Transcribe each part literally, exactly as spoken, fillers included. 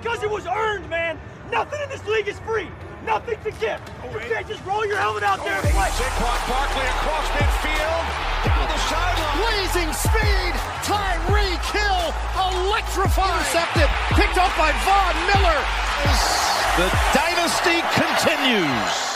because it was earned, man. Nothing in this league is free. Nothing to give. You can't just roll your helmet out there and play. Saquon Barkley across midfield, down the sideline. Blazing speed, Tyreek Hill, electrifying. Intercepted, picked up by Von Miller. The dynasty continues.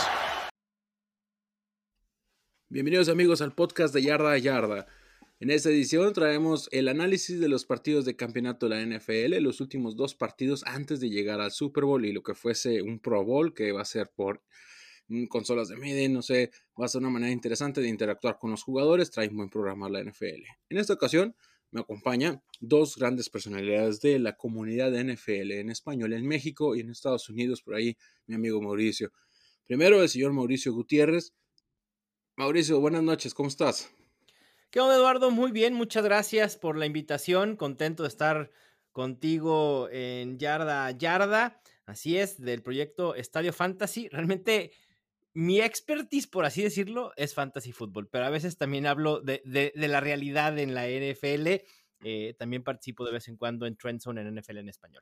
Bienvenidos amigos al podcast de Yarda a Yarda. En esta edición traemos el análisis de los partidos de campeonato de la N F L, los últimos dos partidos antes de llegar al Super Bowl y lo que fuese un Pro Bowl que va a ser por consolas de media, no sé, va a ser una manera interesante de interactuar con los jugadores, trae un buen programa la N F L. En esta ocasión me acompañan dos grandes personalidades de la comunidad de N F L en español en México y en Estados Unidos, por ahí mi amigo Mauricio. Primero el señor Mauricio Gutiérrez. Mauricio, buenas noches, ¿cómo estás? ¿Qué onda, Eduardo? Muy bien, muchas gracias por la invitación. Contento de estar contigo en Yarda a Yarda. Así es, del proyecto Estadio Fantasy. Realmente mi expertise, por así decirlo, es fantasy fútbol, pero a veces también hablo de, de, de la realidad en la N F L. Eh, también participo de vez en cuando en Trend Zone en N F L en español.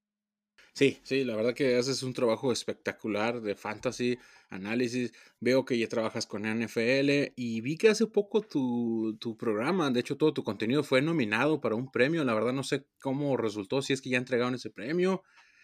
Sí, sí, la verdad que haces un trabajo espectacular de fantasy, análisis. Veo que ya trabajas con N F L y vi que hace poco tu, tu programa, de hecho todo tu contenido fue nominado para un premio. La verdad no sé cómo resultó, si es que ya entregaron ese premio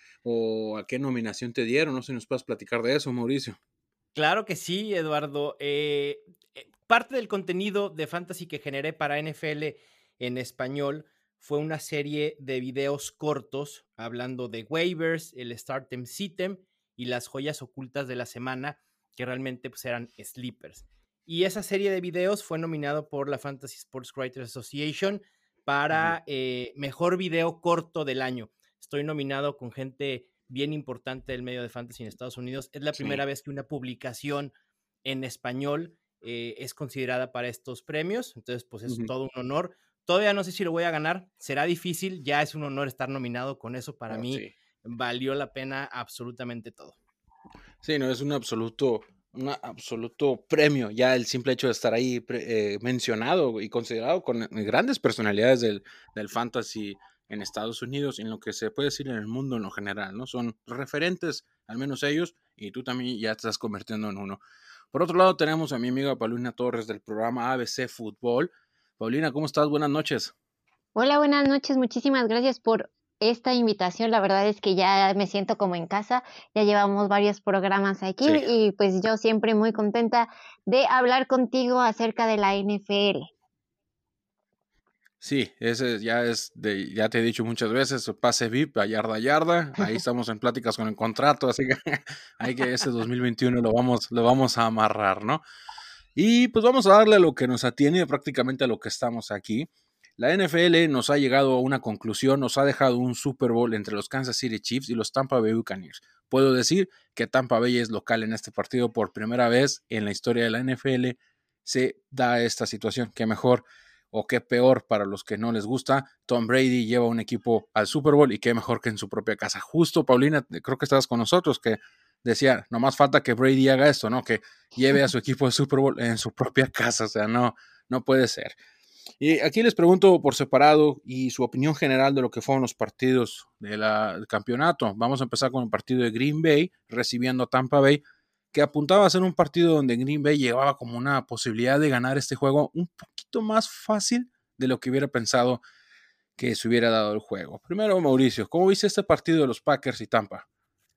o a qué nominación te dieron. No sé si nos puedes platicar de eso, Mauricio. Claro que sí, Eduardo. Eh, eh, parte del contenido de fantasy que generé para N F L en español fue una serie de videos cortos hablando de waivers, el Startem Sitem y las joyas ocultas de la semana, que realmente pues, eran sleepers. Y esa serie de videos fue nominado por la Fantasy Sports Writers Association para eh, mejor video corto del año. Estoy nominado con gente bien importante del medio de fantasy en Estados Unidos. Es la Sí. primera vez que una publicación en español eh, es considerada para estos premios. Entonces, pues es Uh-huh. todo un honor. Todavía no sé si lo voy a ganar, será difícil, ya es un honor estar nominado con eso, para Oh, mí sí. valió la pena absolutamente todo. Sí, no, es un absoluto, un absoluto premio, ya el simple hecho de estar ahí eh, mencionado y considerado con grandes personalidades del, del fantasy en Estados Unidos, en lo que se puede decir en el mundo en lo general, ¿no? Son referentes, al menos ellos, y tú también ya te estás convirtiendo en uno. Por otro lado tenemos a mi amiga Paulina Torres del programa A B C Fútbol. Paulina, ¿cómo estás? Buenas noches. Hola, buenas noches. Muchísimas gracias por esta invitación. La verdad es que ya me siento como en casa. Ya llevamos varios programas aquí Sí. y pues yo siempre muy contenta de hablar contigo acerca de la N F L. Sí, ese ya es, de, ya te he dicho muchas veces, pase V I P a yarda a yarda, ahí estamos en pláticas con el contrato, así que hay que ese dos mil veintiuno lo vamos, lo vamos a amarrar, ¿no? Y pues vamos a darle a lo que nos atiene, prácticamente a lo que estamos aquí. La N F L nos ha llegado a una conclusión, nos ha dejado un Super Bowl entre los Kansas City Chiefs y los Tampa Bay Buccaneers. Puedo decir que Tampa Bay es local en este partido por primera vez en la historia de la N F L. Se da esta situación, que mejor o qué peor para los que no les gusta. Tom Brady lleva un equipo al Super Bowl y qué mejor que en su propia casa. Justo, Paulina, creo que estabas con nosotros, que decía, nomás falta que Brady haga esto, ¿no? Que lleve a su equipo al Super Bowl en su propia casa, o sea, no, no puede ser. Y aquí les pregunto por separado y su opinión general de lo que fueron los partidos de la, del campeonato. Vamos a empezar con el partido de Green Bay, recibiendo a Tampa Bay, que apuntaba a ser un partido donde Green Bay llevaba como una posibilidad de ganar este juego un poquito más fácil de lo que hubiera pensado que se hubiera dado el juego. Primero, Mauricio, ¿cómo viste este partido de los Packers y Tampa?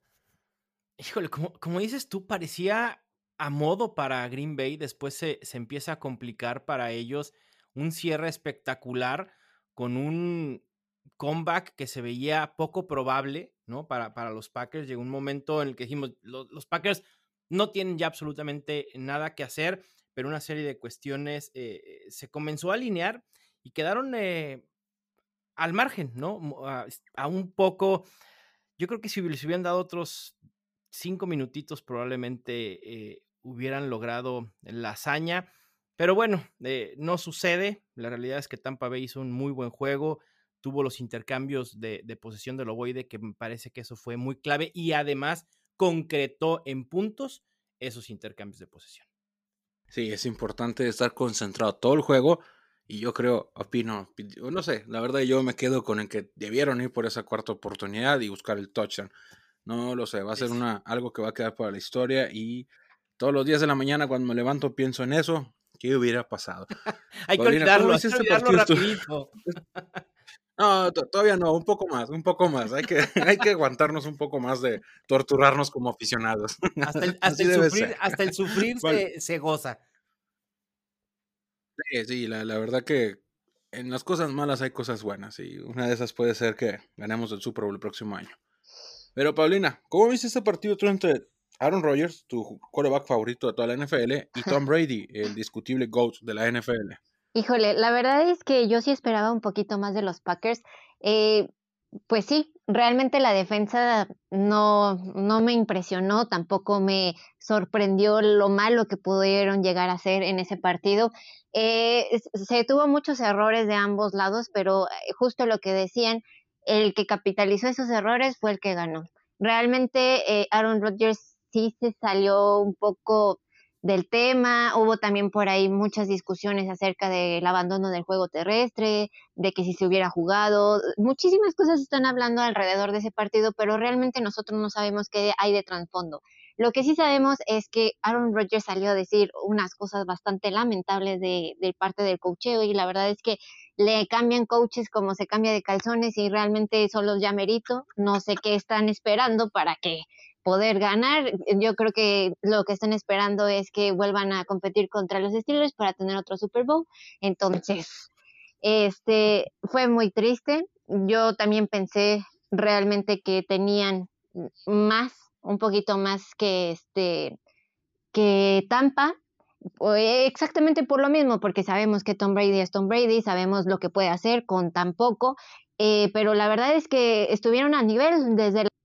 Híjole, como, como dices tú, parecía a modo para Green Bay, después se, se empieza a complicar para ellos, un cierre espectacular con un comeback que se veía poco probable, ¿no? Para, para los Packers. Llegó un momento en el que dijimos, los, los Packers no tienen ya absolutamente nada que hacer, pero una serie de cuestiones eh, se comenzó a alinear y quedaron eh, al margen, ¿no? A, a un poco, yo creo que si les hubieran dado otros cinco minutitos probablemente eh, hubieran logrado la hazaña, pero bueno, eh, no sucede. La realidad es que Tampa Bay hizo un muy buen juego, tuvo los intercambios de, de posesión del ovoide, que me parece que eso fue muy clave, y además concretó en puntos esos intercambios de posesión. Sí, es importante estar concentrado todo el juego Y yo creo, opino, no sé, la verdad yo me quedo con el que debieron ir por esa cuarta oportunidad y buscar el touchdown. No lo sé, va a ser una, algo que va a quedar para la historia y todos los días de la mañana cuando me levanto pienso en eso, ¿qué hubiera pasado? Hay que Paulina, olvidarlo, ¿cómo hay viste que este olvidarlo partido tú? rapidito. No, to- todavía no, un poco más, un poco más. Hay que, hay que aguantarnos un poco más de torturarnos como aficionados. Hasta el, hasta Así el debe sufrir, ser. hasta el sufrir Vale. se, se goza. Sí, sí, la, la verdad que en las cosas malas hay cosas buenas y una de esas puede ser que ganemos el Super Bowl el próximo año. Pero Paulina, ¿cómo viste este partido tú entre Aaron Rodgers, tu quarterback favorito de toda la N F L, y Tom Brady, el discutible GOAT de la N F L? Híjole, la verdad es que yo sí esperaba un poquito más de los Packers. Eh, pues sí, realmente la defensa no, no me impresionó, tampoco me sorprendió lo malo que pudieron llegar a hacer en ese partido. Eh, s- se tuvo muchos errores de ambos lados, pero eh, justo lo que decían, el que capitalizó esos errores fue el que ganó. Realmente eh, Aaron Rodgers sí se salió un poco del tema, hubo también por ahí muchas discusiones acerca del abandono del juego terrestre, de que si se hubiera jugado, muchísimas cosas están hablando alrededor de ese partido, pero realmente nosotros no sabemos qué hay de trasfondo. Lo que sí sabemos es que Aaron Rodgers salió a decir unas cosas bastante lamentables de, de parte del coacheo y la verdad es que le cambian coaches como se cambia de calzones y realmente son los llamerito, no sé qué están esperando para que poder ganar. Yo creo que lo que están esperando es que vuelvan a competir contra los Steelers para tener otro Super Bowl. Entonces, este fue muy triste. Yo también pensé realmente que tenían más, un poquito más que este que Tampa, o, eh, exactamente por lo mismo, porque sabemos que Tom Brady es Tom Brady, sabemos lo que puede hacer con tan poco, eh, pero la verdad es que estuvieron a nivel desde la...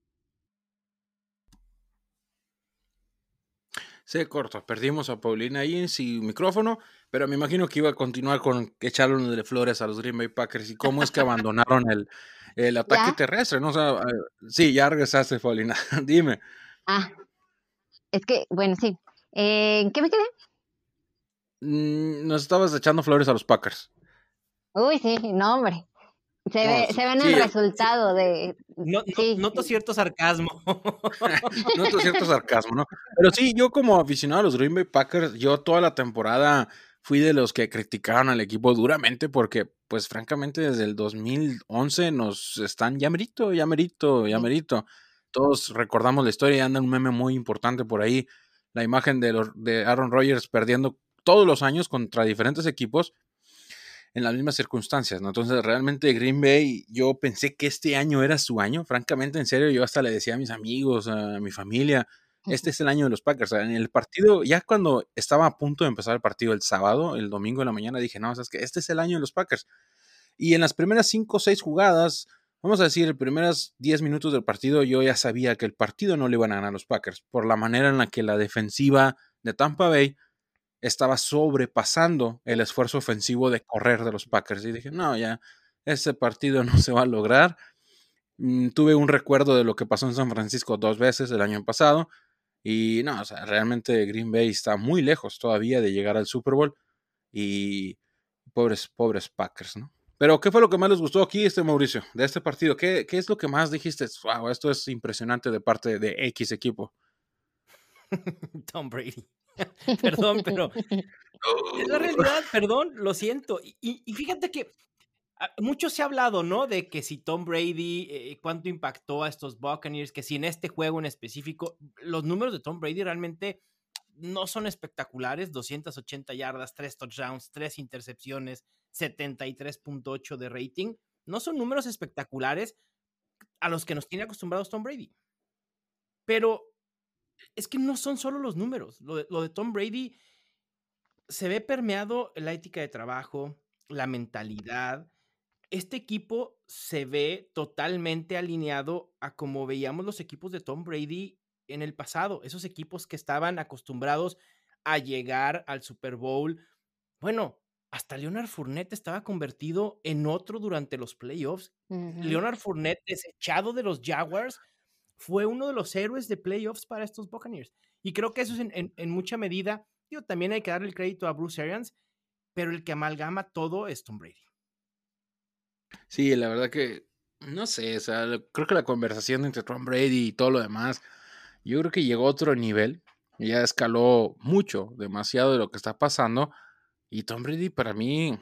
Se corta, perdimos a Paulina ahí en su micrófono, pero me imagino que iba a continuar con echarle uno de flores a los Green Bay Packers y cómo es que abandonaron el, el ataque ¿Ya? terrestre, ¿no? O sea, eh, sí, ya regresaste, Paulina. Dime. Ah, es que, bueno, sí. Eh, ¿en qué me quedé? Mm, nos estabas echando flores a los Packers. Uy, sí, no, hombre. Se No, ve, s- se ve en el sí, resultado de... No, no- Sí, noto cierto sarcasmo. noto cierto sarcasmo, ¿no? Pero sí, yo como aficionado a los Green Bay Packers, yo toda la temporada fui de los que criticaron al equipo duramente porque, pues francamente, desde el dos mil once nos están ya merito, ya merito, ya sí. merito. Todos recordamos la historia y anda un meme muy importante por ahí, la imagen de, los, de Aaron Rodgers perdiendo todos los años contra diferentes equipos en las mismas circunstancias, ¿no? Entonces, realmente Green Bay, yo pensé que este año era su año, francamente, en serio, yo hasta le decía a mis amigos, a mi familia, este es el año de los Packers. O sea, en el partido, ya cuando estaba a punto de empezar el partido el sábado, el domingo de la mañana, dije, no, es que este es el año de los Packers. Y en las primeras cinco o seis jugadas, vamos a decir, los primeros diez minutos del partido, yo ya sabía que el partido no le iban a ganar a los Packers, por la manera en la que la defensiva de Tampa Bay estaba sobrepasando el esfuerzo ofensivo de correr de los Packers. Y dije, no, ya, ese partido no se va a lograr. Mm, tuve un recuerdo de lo que pasó en San Francisco dos veces el año pasado. Y no, o sea, realmente Green Bay está muy lejos todavía de llegar al Super Bowl. Y pobres, pobres Packers, ¿no? Pero, ¿qué fue lo que más les gustó aquí, este Mauricio, de este partido? ¿Qué, qué es lo que más dijiste? Wow, esto es impresionante de parte de X equipo. Tom Brady. Perdón, pero es la realidad, perdón, lo siento. Y, y- y fíjate que ah, mucho se ha hablado, ¿no? De que si Tom Brady, eh, cuánto impactó a estos Buccaneers, que si en este juego en específico, los números de Tom Brady realmente no son espectaculares, doscientas ochenta yardas, tres touchdowns, tres intercepciones, setenta y tres punto ocho de rating, no son números espectaculares a los que nos tiene acostumbrados Tom Brady. Pero es que no son solo los números, lo de, lo de Tom Brady se ve permeado la ética de trabajo, la mentalidad. Este equipo se ve totalmente alineado a como veíamos los equipos de Tom Brady en el pasado, esos equipos que estaban acostumbrados a llegar al Super Bowl. Bueno, hasta Leonard Fournette estaba convertido en otro durante los playoffs. Ujú. Leonard Fournette, desechado de los Jaguars, fue uno de los héroes de playoffs para estos Buccaneers. Y creo que eso es en, en, en mucha medida. Digo, también hay que darle el crédito a Bruce Arians, pero el que amalgama todo es Tom Brady. Sí, la verdad que, no sé, o sea, creo que la conversación entre Tom Brady y todo lo demás, yo creo que llegó a otro nivel, ya escaló mucho, demasiado de lo que está pasando, y Tom Brady para mí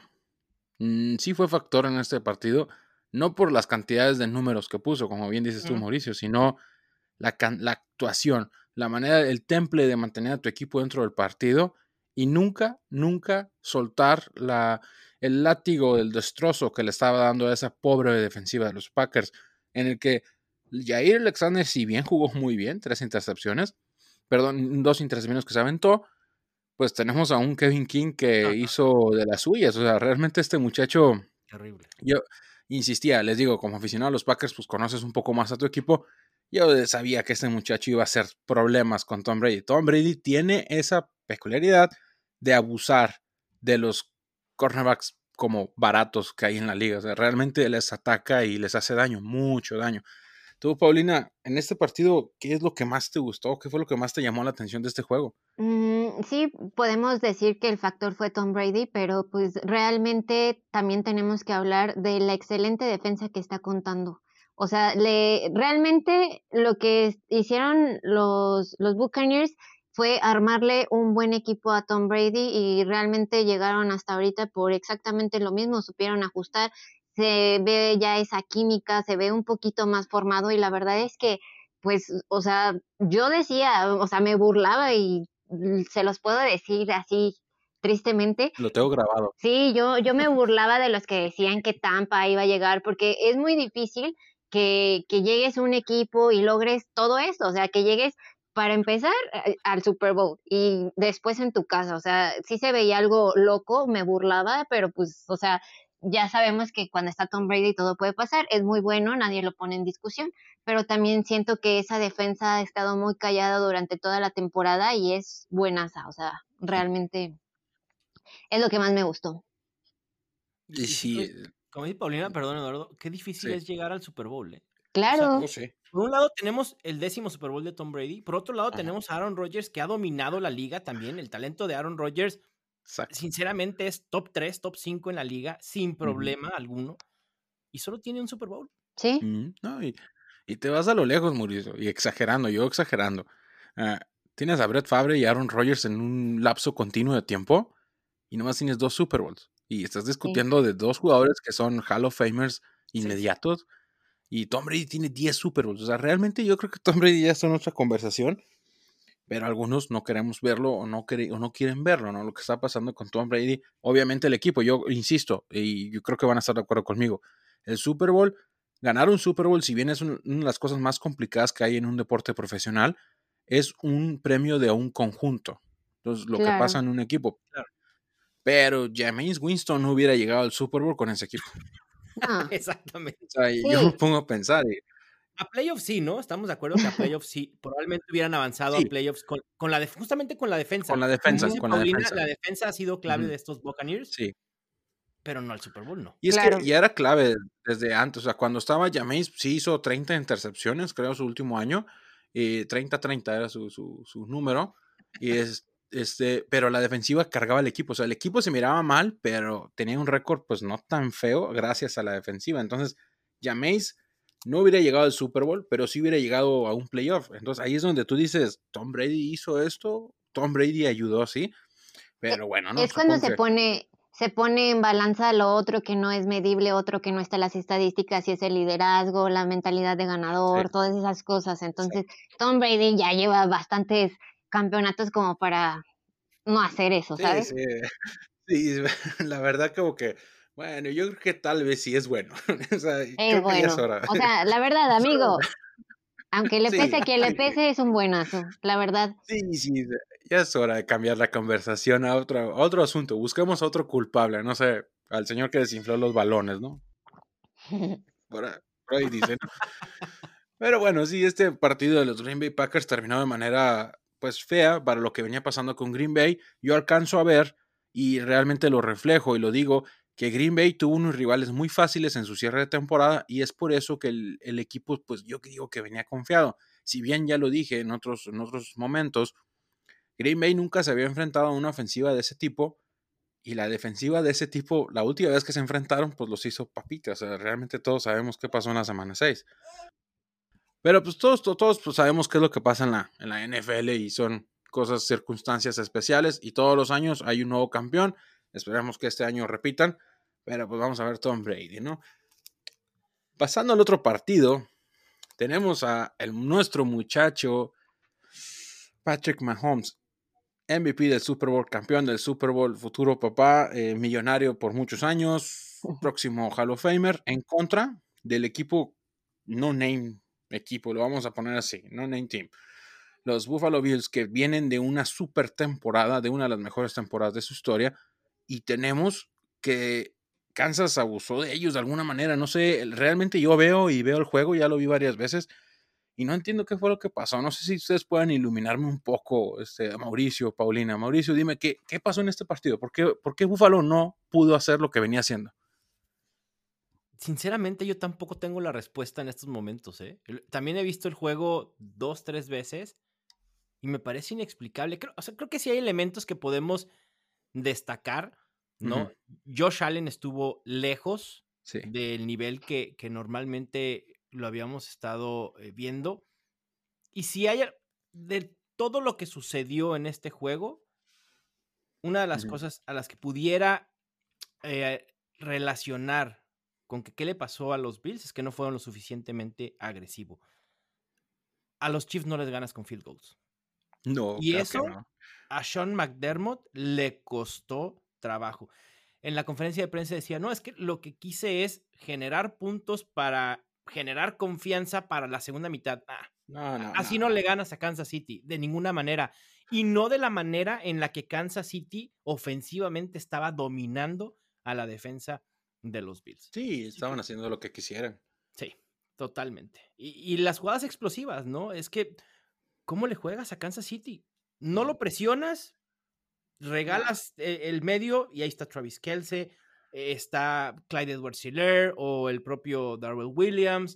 mm, sí fue factor en este partido, no por las cantidades de números que puso, como bien dices tú, Ujú. Mauricio, sino la, can- la actuación, la manera, el temple de mantener a tu equipo dentro del partido y nunca, nunca soltar la, el látigo del destrozo que le estaba dando a esa pobre defensiva de los Packers, en el que Jair Alexander, si bien jugó muy bien, tres intercepciones, perdón, dos intercepciones que se aventó, pues tenemos a un Kevin King que No, hizo de las suyas. O sea, realmente este muchacho, terrible. yo insistía, les digo, como aficionado a los Packers, pues conoces un poco más a tu equipo. Yo sabía que este muchacho iba a hacer problemas con Tom Brady. Tom Brady tiene esa peculiaridad de abusar de los cornerbacks como baratos que hay en la liga. O sea, realmente les ataca y les hace daño, mucho daño. Tú, Paulina, en este partido, ¿qué es lo que más te gustó? ¿Qué fue lo que más te llamó la atención de este juego? Mm, sí, podemos decir que el factor fue Tom Brady, pero pues realmente también tenemos que hablar de la excelente defensa que está contando. O sea, le, realmente lo que hicieron los, los Buccaneers fue armarle un buen equipo a Tom Brady y realmente llegaron hasta ahorita por exactamente lo mismo, supieron ajustar, se ve ya esa química, se ve un poquito más formado y la verdad es que, pues, o sea, yo decía, o sea, me burlaba y mm, se los puedo decir así tristemente. Lo tengo grabado. Sí, yo, yo me burlaba de los que decían que Tampa iba a llegar, porque es muy difícil que, que llegues a un equipo y logres todo esto, o sea, que llegues para empezar eh, al Super Bowl y después en tu casa, o sea, sí se veía algo loco, me burlaba, pero pues, o sea, ya sabemos que cuando está Tom Brady todo puede pasar, es muy bueno, nadie lo pone en discusión, pero también siento que esa defensa ha estado muy callada durante toda la temporada y es buenaza, o sea, realmente es lo que más me gustó. Y, Y y sí, como, sí, como dice Paulina, perdón, Eduardo, qué difícil sí, es llegar al Super Bowl, ¿eh? O sea, Claro, oh, sí. por un lado tenemos el décimo Super Bowl de Tom Brady, por otro lado Ajá, tenemos a Aaron Rodgers que ha dominado la liga también. El talento de Aaron Rodgers, exacto. sinceramente, es top tres, top cinco en la liga, sin Ujú. problema alguno, y solo tiene un Super Bowl. sí, Mm, no, y, y te vas a lo lejos, Mauricio, y exagerando, yo exagerando. Ah, tienes a Brett Favre y Aaron Rodgers en un lapso continuo de tiempo y nomás tienes dos Super Bowls. Y estás sí. discutiendo de dos jugadores que son Hall of Famers Sí, sí. inmediatos y Tom Brady tiene diez Super Bowls. O sea, realmente yo creo que Tom Brady ya está en otra conversación, pero algunos no queremos verlo o no, quere- o no quieren verlo, ¿no? Lo que está pasando con Tom Brady, obviamente el equipo, yo insisto, y yo creo que van a estar de acuerdo conmigo, el Super Bowl, ganar un Super Bowl, si bien es un- una de las cosas más complicadas que hay en un deporte profesional, es un premio de un conjunto. Entonces, lo que pasa Claro. en un equipo. Claro. Pero Jameis Winston no hubiera llegado al Super Bowl con ese equipo. No, Exactamente. O sea, y yo me sí, pongo a pensar, y- A playoffs sí, ¿no? Estamos de acuerdo que a playoffs sí, probablemente hubieran avanzado a sí, playoffs con, con la def- justamente con la con defensa. la Como defensa, ujú, dice con la Paulina, defensa. la defensa ha sido clave Ujú, de estos Buccaneers, sí. pero no al Super Bowl, no. Y es que claro. ya era clave desde antes, o sea, cuando estaba Jameis, sí hizo treinta intercepciones, creo, su último año, y treinta treinta era su, su, su número, y es, este, pero la defensiva cargaba el equipo, o sea, el equipo se miraba mal, pero tenía un récord pues no tan feo gracias a la defensiva, entonces Jameis no hubiera llegado al Super Bowl, pero sí hubiera llegado a un playoff, entonces ahí es donde tú dices, Tom Brady hizo esto, Tom Brady ayudó, sí, E- pero bueno, no, Es cuando supongo se que pone, se pone en balanza lo otro que no es medible, otro que no está en las estadísticas, y es el liderazgo, la mentalidad de sí, ganador, todas esas cosas. Entonces, exacto. Tom Brady ya lleva bastantes campeonatos como para no hacer eso, Sí, ¿sabes? sí. Sí, la verdad como que, bueno, yo creo que tal vez sí es bueno. O sea, Es creo que ya es bueno. hora. O sea, la verdad, amigo, aunque le pese Sí, a quien le sí, pese, es un buenazo, la verdad. sí, sí, ya es hora de cambiar la conversación a otro, a otro asunto. Busquemos a otro culpable, no sé, al señor que desinfló los balones, ¿no? Por ahí, por ahí dice, ¿no? Pero bueno, sí, este partido de los Green Bay Packers terminó de manera, pues, fea para lo que venía pasando con Green Bay. Yo alcanzo a ver, y realmente lo reflejo y lo digo, que Green Bay tuvo unos rivales muy fáciles en su cierre de temporada y es por eso que el, el equipo, pues yo digo que venía confiado. Si bien ya lo dije en otros, en otros momentos, Green Bay nunca se había enfrentado a una ofensiva de ese tipo y la defensiva de ese tipo, la última vez que se enfrentaron, pues los hizo papitas. O sea, realmente todos sabemos qué pasó en la semana seis. Pero pues todos, todos, todos pues, sabemos qué es lo que pasa en la, en la N F L y son cosas, circunstancias especiales y todos los años hay un nuevo campeón. Esperemos que este año repitan, pero pues vamos a ver Tom Brady, ¿no? Pasando al otro partido, tenemos a el, nuestro muchacho Patrick Mahomes, M V P del Super Bowl, campeón del Super Bowl, futuro papá, eh, millonario por muchos años, próximo Hall of Famer, en contra del equipo no name equipo, lo vamos a poner así, no name team. Los Buffalo Bills, que vienen de una super temporada, de una de las mejores temporadas de su historia, y tenemos que Kansas abusó de ellos de alguna manera. No sé, realmente yo veo y veo el juego, ya lo vi varias veces, y no entiendo qué fue lo que pasó. No sé si ustedes pueden iluminarme un poco, este, Mauricio, Paulina. Mauricio, dime, ¿qué, qué pasó en este partido? ¿Por qué, ¿Por qué Buffalo no pudo hacer lo que venía haciendo? Sinceramente, yo tampoco tengo la respuesta en estos momentos, ¿eh? También he visto el juego dos, tres veces y me parece inexplicable. Creo, o sea, creo que sí hay elementos que podemos destacar, ¿no? Uh-huh. Josh Allen estuvo lejos sí. del nivel que, que normalmente lo habíamos estado eh, viendo. Y si hay de todo lo que sucedió en este juego, una de las uh-huh. cosas a las que pudiera eh, relacionar con que qué le pasó a los Bills es que no fueron lo suficientemente agresivos. A los Chiefs no les ganas con field goals. No, y claro eso que no. A Sean McDermott le costó trabajo. En la conferencia de prensa decía, no, es que lo que quise es generar puntos para generar confianza para la segunda mitad. Ah, no, no, así no. no le ganas a Kansas City, de ninguna manera. Y no de la manera en la que Kansas City ofensivamente estaba dominando a la defensa de los Bills. Sí, estaban sí. haciendo lo que quisieran. Sí, totalmente. Y, y las jugadas explosivas, ¿no? Es que, ¿cómo le juegas a Kansas City? No lo presionas, regalas no. el medio y ahí está Travis Kelce, está Clyde Edwards-Helaire o el propio Darrell Williams.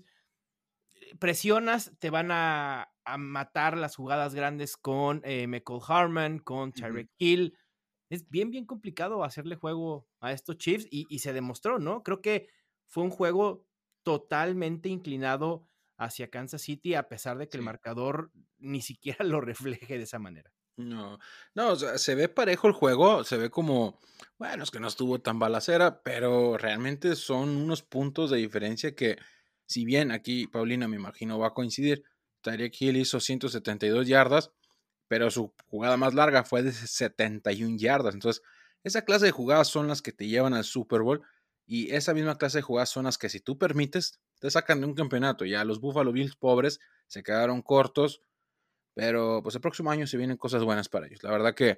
Presionas, te van a, a matar las jugadas grandes con eh, Mecole Hardman, con Tyreek uh-huh. Hill. Es bien, bien complicado hacerle juego a estos Chiefs y, y se demostró, ¿no? Creo que fue un juego totalmente inclinado hacia Kansas City, a pesar de que sí. el marcador ni siquiera lo refleje de esa manera. No, no, o sea, se ve parejo el juego, se ve como, bueno, es que no estuvo tan balacera, pero realmente son unos puntos de diferencia que, si bien aquí Paulina me imagino va a coincidir, Tyreek Hill hizo ciento setenta y dos yardas, pero su jugada más larga fue de setenta y una yardas. Entonces, esa clase de jugadas son las que te llevan al Super Bowl y esa misma clase de jugadas son las que, si tú permites, te sacan de un campeonato. Ya los Buffalo Bills pobres se quedaron cortos, pero pues el próximo año se vienen cosas buenas para ellos. La verdad que,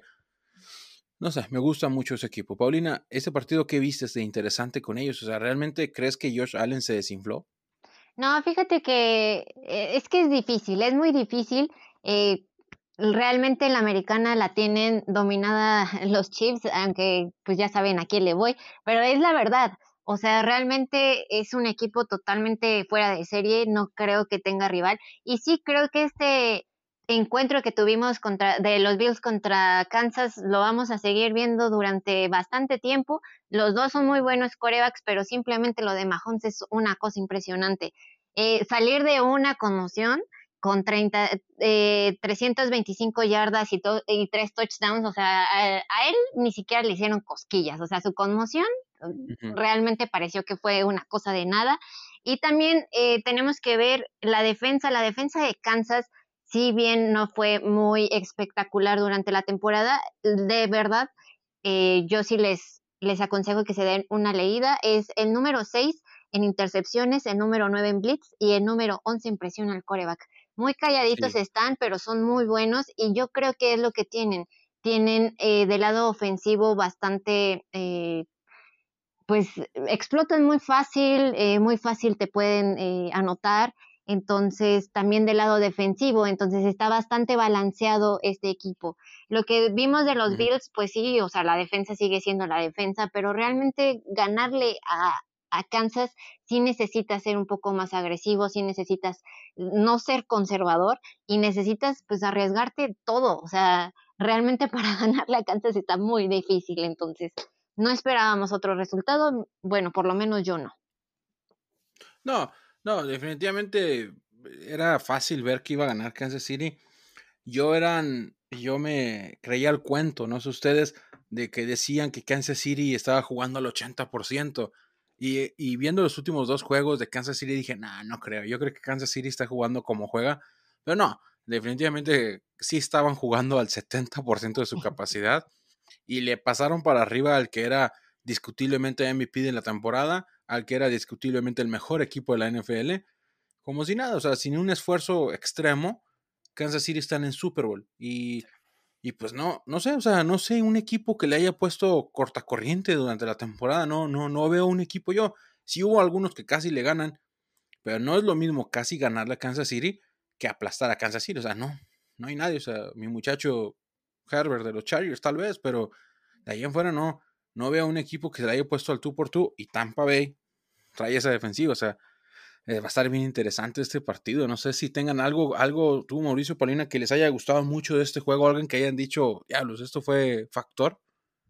no sé, me gusta mucho ese equipo. Paulina, ¿ese partido qué viste de interesante con ellos? O sea, ¿realmente crees que Josh Allen se desinfló? No, fíjate que eh, es que es difícil, es muy difícil. Eh, realmente en la americana la tienen dominada los Chiefs, aunque pues ya saben a quién le voy, pero es la verdad. O sea, realmente es un equipo totalmente fuera de serie, no creo que tenga rival. Y sí creo que este encuentro que tuvimos contra, de los Bills contra Kansas lo vamos a seguir viendo durante bastante tiempo. Los dos son muy buenos quarterbacks, pero simplemente lo de Mahomes es una cosa impresionante. Eh, salir de una conmoción con treinta, eh, trescientas veinticinco yardas y, to- y tres touchdowns, o sea, a, a él ni siquiera le hicieron cosquillas, o sea, su conmoción uh-huh. realmente pareció que fue una cosa de nada. Y también eh, tenemos que ver la defensa, la defensa de Kansas, si bien no fue muy espectacular durante la temporada, de verdad, eh, yo sí les, les aconsejo que se den una leída. Es el número seis en intercepciones, el número nueve en blitz y el número once en presión al quarterback. Muy calladitos sí. están, pero son muy buenos y yo creo que es lo que tienen. Tienen eh, del lado ofensivo bastante, eh, pues explotan muy fácil, eh, muy fácil te pueden eh, anotar. Entonces, también del lado defensivo, entonces está bastante balanceado este equipo. Lo que vimos de los uh-huh. Bills, pues sí, o sea, la defensa sigue siendo la defensa, pero realmente ganarle a, a Kansas sí necesitas ser un poco más agresivo, sí necesitas no ser conservador y necesitas pues arriesgarte todo. O sea, realmente para ganarle a Kansas está muy difícil, entonces no esperábamos otro resultado, bueno, por lo menos yo no. No, no, definitivamente era fácil ver que iba a ganar Kansas City. Yo eran, yo me creía el cuento, no sé ustedes, de que decían que Kansas City estaba jugando al ochenta por ciento. Y, y viendo los últimos dos juegos de Kansas City dije, no, nah, no creo. Yo creo que Kansas City está jugando como juega. Pero no, definitivamente sí estaban jugando al setenta por ciento de su capacidad. Y le pasaron para arriba al que era discutiblemente M V P de la temporada, al que era discutiblemente el mejor equipo de la N F L. Como si nada, o sea, sin un esfuerzo extremo, Kansas City están en Super Bowl. Y, y pues no, no sé, o sea, no sé un equipo que le haya puesto cortacorriente durante la temporada. No, no, no veo un equipo yo. Sí hubo algunos que casi le ganan, pero no es lo mismo casi ganarle a Kansas City que aplastar a Kansas City. O sea, no, no hay nadie. O sea, mi muchacho Herbert de los Chargers tal vez, pero de ahí en fuera no, no veo un equipo que se le haya puesto al tú por tú. Y Tampa Bay trae esa defensiva, o sea, Eh, va a estar bien interesante este partido. No sé si tengan algo, algo tú, Mauricio, Paulina, que les haya gustado mucho de este juego, alguien que hayan dicho, diablos, esto fue factor.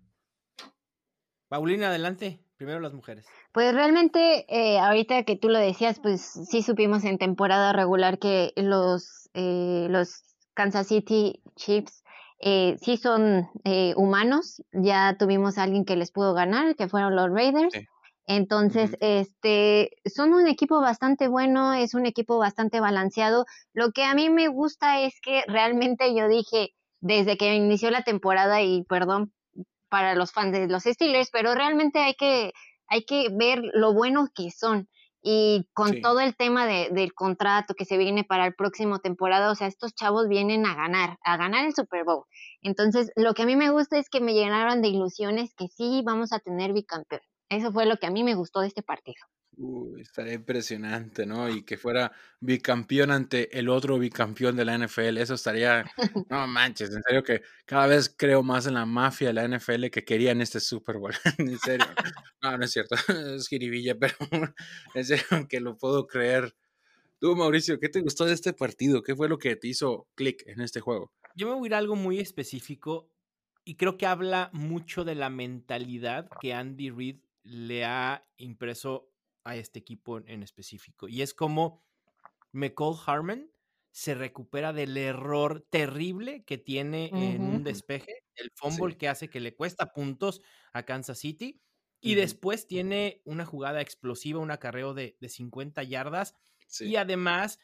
Paulina, adelante. Primero las mujeres. Pues realmente, eh, ahorita que tú lo decías, pues sí supimos en temporada regular que los, eh, los Kansas City Chiefs eh, sí son eh, humanos. Ya tuvimos a alguien que les pudo ganar, que fueron los Raiders. Sí. Entonces, Ujú. este, son un equipo bastante bueno, es un equipo bastante balanceado. Lo que a mí me gusta es que realmente yo dije, desde que inició la temporada, y perdón para los fans de los Steelers, pero realmente hay que, hay que ver lo buenos que son. Y con Sí. todo el tema de, del contrato que se viene para el próximo temporada, o sea, estos chavos vienen a ganar, a ganar el Super Bowl. Entonces, lo que a mí me gusta es que me llenaron de ilusiones que sí vamos a tener bicampeón. Eso fue lo que a mí me gustó de este partido. Uy, estaría impresionante, ¿no? Y que fuera bicampeón ante el otro bicampeón de la N F L. Eso estaría, no manches, en serio que cada vez creo más en la mafia de la N F L que querían este Super Bowl. En serio. No, no es cierto. Es jiribilla, pero en serio que lo puedo creer. Tú, Mauricio, ¿qué te gustó de este partido? ¿Qué fue lo que te hizo clic en este juego? Yo me voy a ir a algo muy específico y creo que habla mucho de la mentalidad que Andy Reid le ha impreso a este equipo en específico. Y es como McCall Harmon se recupera del error terrible que tiene en Ujú. un despeje, el fumble Sí. que hace que le cuesta puntos a Kansas City, y Ujú. después tiene una jugada explosiva, un acarreo de, de cincuenta yardas, Sí. y además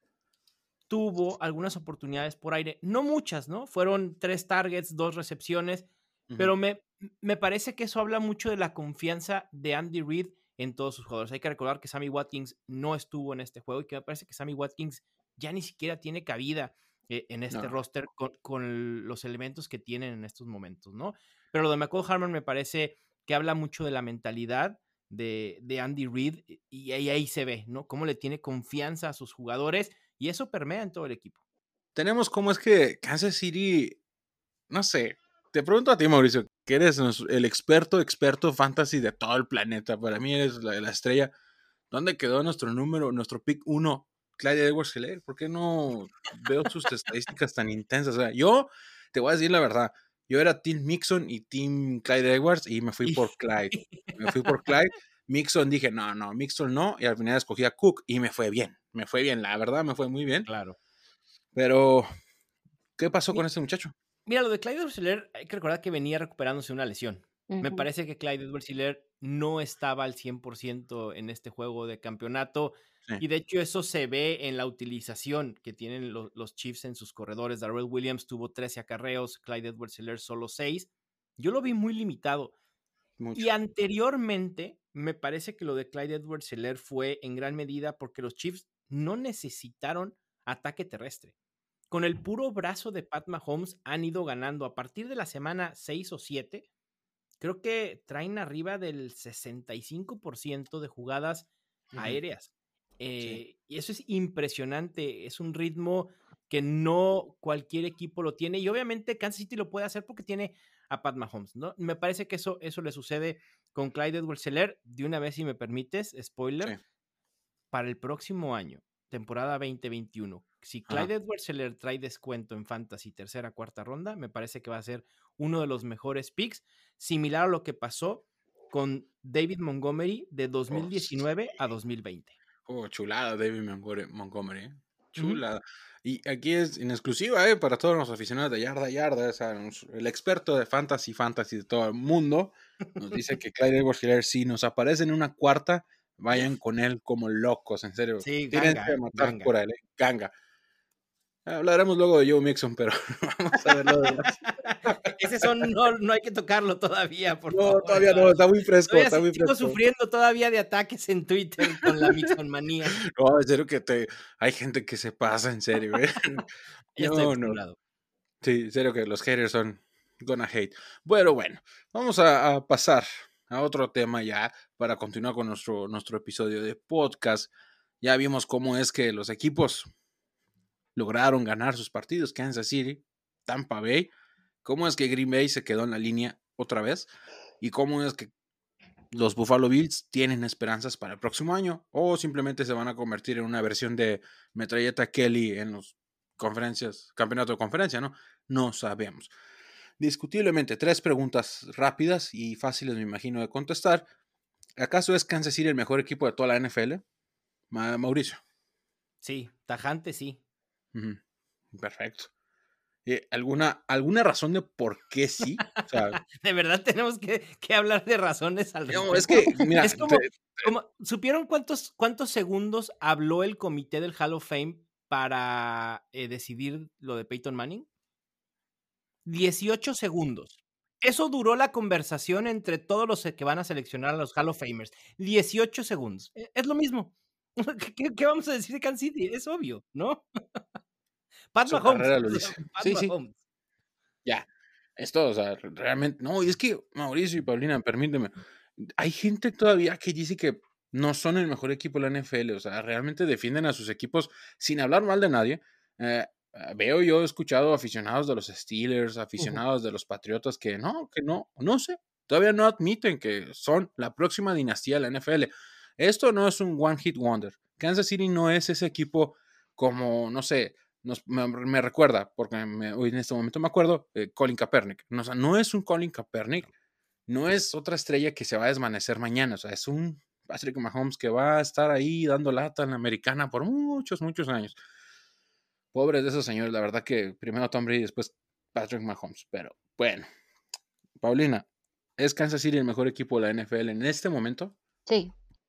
tuvo algunas oportunidades por aire, no muchas, ¿no? Fueron tres targets, dos recepciones, Ujú. pero me, me parece que eso habla mucho de la confianza de Andy Reid en todos sus jugadores. Hay que recordar que Sammy Watkins no estuvo en este juego y que me parece que Sammy Watkins ya ni siquiera tiene cabida eh, en este No. roster con, con los elementos que tienen en estos momentos, ¿no? Pero lo de McCall Harmon me parece que habla mucho de la mentalidad de, de Andy Reid y, y ahí se ve, ¿no? Cómo le tiene confianza a sus jugadores y eso permea en todo el equipo. Tenemos cómo es que Kansas City, no sé, te pregunto a ti, Mauricio, que eres nos- el experto, experto fantasy de todo el planeta. Para mí eres la, la estrella. ¿Dónde quedó nuestro número, nuestro pick uno, Clyde Edwards-Helaire? ¿Por qué no veo sus estadísticas tan intensas? O sea, yo te voy a decir la verdad. Yo era Team Mixon y Team Clyde Edwards y me fui por Clyde. Me fui por Clyde. Mixon dije, no, no, Mixon no. Y al final escogí a Cook y me fue bien. Me fue bien, la verdad, me fue muy bien. Claro. Pero, ¿qué pasó Mi- con este muchacho? Mira, lo de Clyde Edwards-Helaire, hay que recordar que venía recuperándose una lesión. Me Ujú. parece que Clyde Edwards-Helaire no estaba al cien por ciento en este juego de campeonato Sí. y de hecho eso se ve en la utilización que tienen lo- los Chiefs en sus corredores. Darrell Williams tuvo trece acarreos, Clyde Edwards-Helaire solo seis. Yo lo vi muy limitado. Mucho. Y anteriormente, me parece que lo de Clyde Edwards-Helaire fue en gran medida porque los Chiefs no necesitaron ataque terrestre. Con el puro brazo de Pat Mahomes han ido ganando a partir de la semana seis o siete. Creo que traen arriba del sesenta y cinco por ciento de jugadas Ujú. aéreas. Sí. Eh, y eso es impresionante. Es un ritmo que no cualquier equipo lo tiene. Y obviamente Kansas City lo puede hacer porque tiene a Pat Mahomes, ¿no? Me parece que eso, eso le sucede con Clyde Edwards-Helaire. De una vez, si me permites, spoiler, Sí. para el próximo año temporada veinte veintiuno. Si Clyde Edwards-Helaire trae descuento en Fantasy tercera, cuarta ronda, me parece que va a ser uno de los mejores picks, similar a lo que pasó con David Montgomery de dos mil diecinueve oh, sí. a dos mil veinte. Oh, chulada David Montgomery, ¿eh? Chulada. Uh-huh. Y aquí es en exclusiva, ¿eh? Para todos los aficionados de yarda a yarda, o sea, el experto de fantasy, fantasy de todo el mundo, nos dice que Clyde Edwards-Helaire, si nos aparece en una cuarta, vayan con él como locos, en serio. Sí, Tírense ganga, a matar ganga. por él, ¿eh? Ganga. Hablaremos luego de Joe Mixon, pero vamos a verlo. De Ese son, no, no hay que tocarlo todavía, por no, favor. No, todavía no, está muy fresco. Todavía está muy sigo fresco. sufriendo todavía de ataques en Twitter con la Mixon manía. No, en serio que te, hay gente que se pasa, en serio, ¿eh? Ya no, estoy no. Sí, en serio que los haters son gonna hate. Bueno, bueno, vamos a, a pasar a otro tema ya para continuar con nuestro, nuestro episodio de podcast. Ya vimos cómo es que los equipos lograron ganar sus partidos, Kansas City, Tampa Bay, cómo es que Green Bay se quedó en la línea otra vez y cómo es que los Buffalo Bills tienen esperanzas para el próximo año o simplemente se van a convertir en una versión de Metralleta Kelly en los conferencias, campeonato de conferencia, ¿no? No sabemos. Discutiblemente, tres preguntas rápidas y fáciles, me imagino, de contestar. ¿Acaso es Kansas City el mejor equipo de toda la N F L? Ma- Mauricio. Sí, tajante sí. Uh-huh. Perfecto. Eh, ¿alguna, ¿Alguna razón de por qué sí? O sea, de verdad tenemos que, que hablar de razones al respecto. No, es que, mira, es como, te, como, ¿supieron cuántos, cuántos segundos habló el comité del Hall of Fame para eh, decidir lo de Peyton Manning? dieciocho segundos. Eso duró la conversación entre todos los que van a seleccionar a los Hall of Famers. dieciocho segundos. Es lo mismo. ¿Qué, qué vamos a decir de Kansas City? Es obvio, ¿no? Pat Su Mahomes. carrera lo dice. Pat Sí, sí. Mahomes. Ya. Esto, o sea, realmente. No, y es que, Mauricio y Paulina, permíteme. Hay gente todavía que dice que no son el mejor equipo de la N F L. O sea, realmente defienden a sus equipos sin hablar mal de nadie. Eh, veo yo, he escuchado aficionados de los Steelers, aficionados uh-huh. de los Patriotas que no, que no, no sé. Todavía no admiten que son la próxima dinastía de la N F L. Esto no es un one hit wonder. Kansas City no es ese equipo como, no sé, nos, me, me recuerda, porque me, hoy en este momento me acuerdo, eh, Colin Kaepernick. No, o sea, no es un Colin Kaepernick, no es otra estrella que se va a desvanecer mañana. O sea, es un Patrick Mahomes que va a estar ahí dando lata en la americana por muchos, muchos años. Pobres de esos señores, la verdad que primero Tom Brady y después Patrick Mahomes. Pero bueno, Paulina, ¿es Kansas City el mejor equipo de la N F L en este momento? Sí.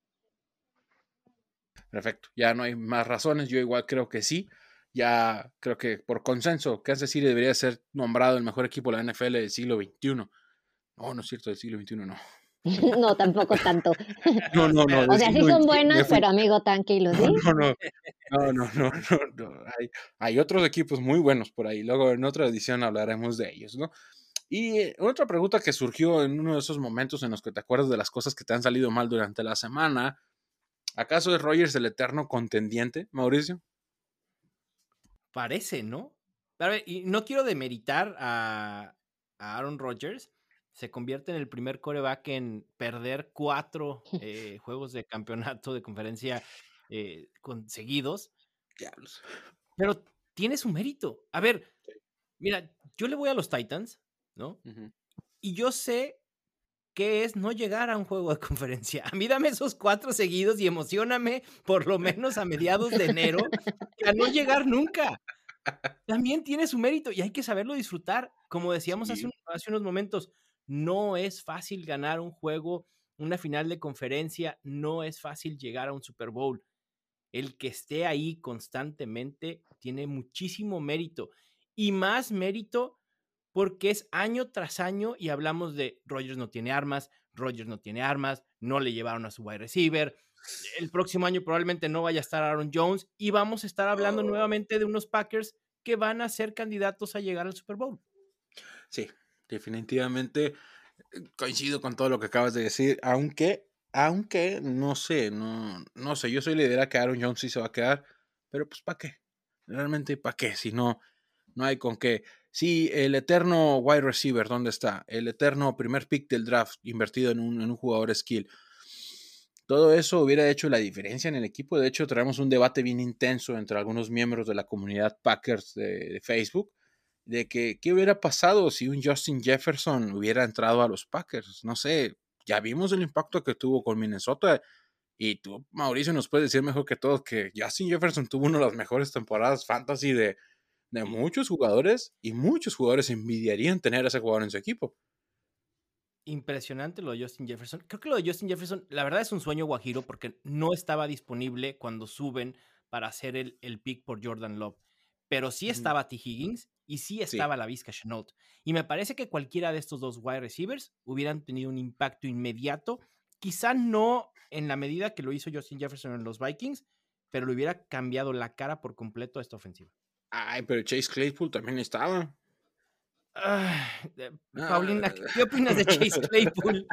Perfecto, ya no hay más razones, yo igual creo que sí, ya creo que por consenso Kansas City debería ser nombrado el mejor equipo de la N F L del siglo veintiuno. No, no es cierto, del siglo veintiuno no. No, tampoco tanto. No, no, no. O sea, sí son buenos, pero amigo, tranquilo, ¿sí? No, no, no, no, no, no, no. Hay, hay otros equipos muy buenos por ahí, luego en otra edición hablaremos de ellos, ¿no? Y otra pregunta que surgió en uno de esos momentos en los que te acuerdas de las cosas que te han salido mal durante la semana. ¿Acaso es Rodgers el eterno contendiente, Mauricio? Parece, ¿no? A ver, y no quiero demeritar a, a Aaron Rodgers. Se convierte en el primer quarterback en perder cuatro eh, juegos de campeonato de conferencia eh, conseguidos. Diablos. Pero tiene su mérito. A ver, mira, yo le voy a los Titans, ¿no? Uh-huh. Y yo sé qué es no llegar a un juego de conferencia. A mí dame esos cuatro seguidos y emocióname por lo menos a mediados de enero que a no llegar nunca. También tiene su mérito y hay que saberlo disfrutar. Como decíamos sí. hace, un, hace unos momentos, no es fácil ganar un juego, una final de conferencia, no es fácil llegar a un Super Bowl. El que esté ahí constantemente tiene muchísimo mérito y más mérito porque es año tras año y hablamos de Rodgers no tiene armas, Rodgers no tiene armas, no le llevaron a su wide receiver, el próximo año probablemente no vaya a estar Aaron Jones y vamos a estar hablando oh. nuevamente de unos Packers que van a ser candidatos a llegar al Super Bowl. Sí, definitivamente coincido con todo lo que acabas de decir, aunque, aunque no sé, no, no sé, yo soy la idea que Aaron Jones sí se va a quedar, pero pues ¿para qué? Realmente ¿para qué? Si no, no hay con qué. Sí, el eterno wide receiver, ¿dónde está? El eterno primer pick del draft invertido en un, en un jugador skill. todo eso hubiera hecho la diferencia en el equipo. De hecho, traemos un debate bien intenso entre algunos miembros de la comunidad Packers de, de Facebook, de que qué hubiera pasado si un Justin Jefferson hubiera entrado a los Packers. No sé, ya vimos el impacto que tuvo con Minnesota, y tú, Mauricio, nos puedes decir mejor que todos que Justin Jefferson tuvo una de las mejores temporadas fantasy de, de muchos jugadores, y muchos jugadores envidiarían tener a ese jugador en su equipo. Impresionante lo de Justin Jefferson. Creo que lo de Justin Jefferson, la verdad es un sueño guajiro porque no estaba disponible cuando suben para hacer el, el pick por Jordan Love. Pero sí estaba uh-huh. T. Higgins y sí estaba sí. la Vizca Chenault. Y me parece que cualquiera de estos dos wide receivers hubieran tenido un impacto inmediato. Quizá no en la medida que lo hizo Justin Jefferson en los Vikings, pero le hubiera cambiado la cara por completo a esta ofensiva. Ay, pero Chase Claypool también estaba. Uh, Paulina, ¿qué opinas de Chase Claypool?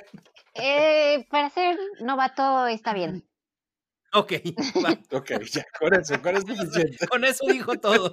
Eh, para ser novato está bien. Ok, va. Ok, ya, con eso, con eso suficiente. Con eso dijo todo.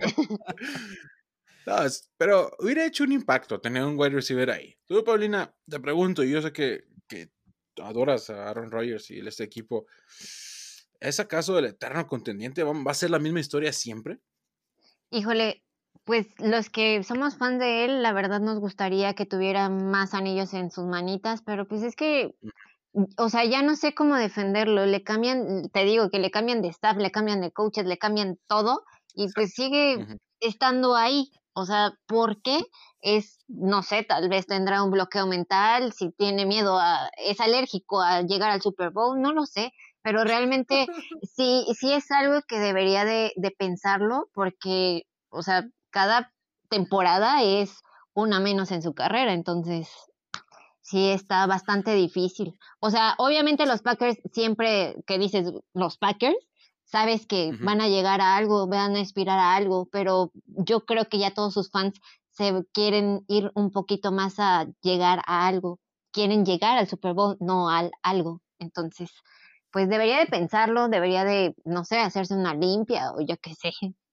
No, pero hubiera hecho un impacto tener un wide receiver ahí. Tú, Paulina, te pregunto, yo sé que, que adoras a Aaron Rodgers y este equipo, ¿es acaso el eterno contendiente? ¿Va a ser la misma historia siempre? Híjole, pues los que somos fans de él, la verdad nos gustaría que tuviera más anillos en sus manitas, pero pues es que, o sea, ya no sé cómo defenderlo. Le cambian, te digo que le cambian de staff, le cambian de coaches, le cambian todo, y pues sigue uh-huh. estando ahí. O sea, ¿por qué? Es, no sé, tal vez tendrá un bloqueo mental, si tiene miedo, a, es alérgico a llegar al Super Bowl, no lo sé, pero realmente sí, sí es algo que debería de, de pensarlo, porque, o sea, cada temporada es una menos en su carrera, entonces sí está bastante difícil. O sea, obviamente los Packers, siempre que dices los Packers, sabes que uh-huh. van a llegar a algo, van a aspirar a algo, pero yo creo que ya todos sus fans se quieren ir un poquito más a llegar a algo, quieren llegar al Super Bowl, no al algo. Entonces, pues debería de pensarlo, debería de, no sé, hacerse una limpia o yo qué sé.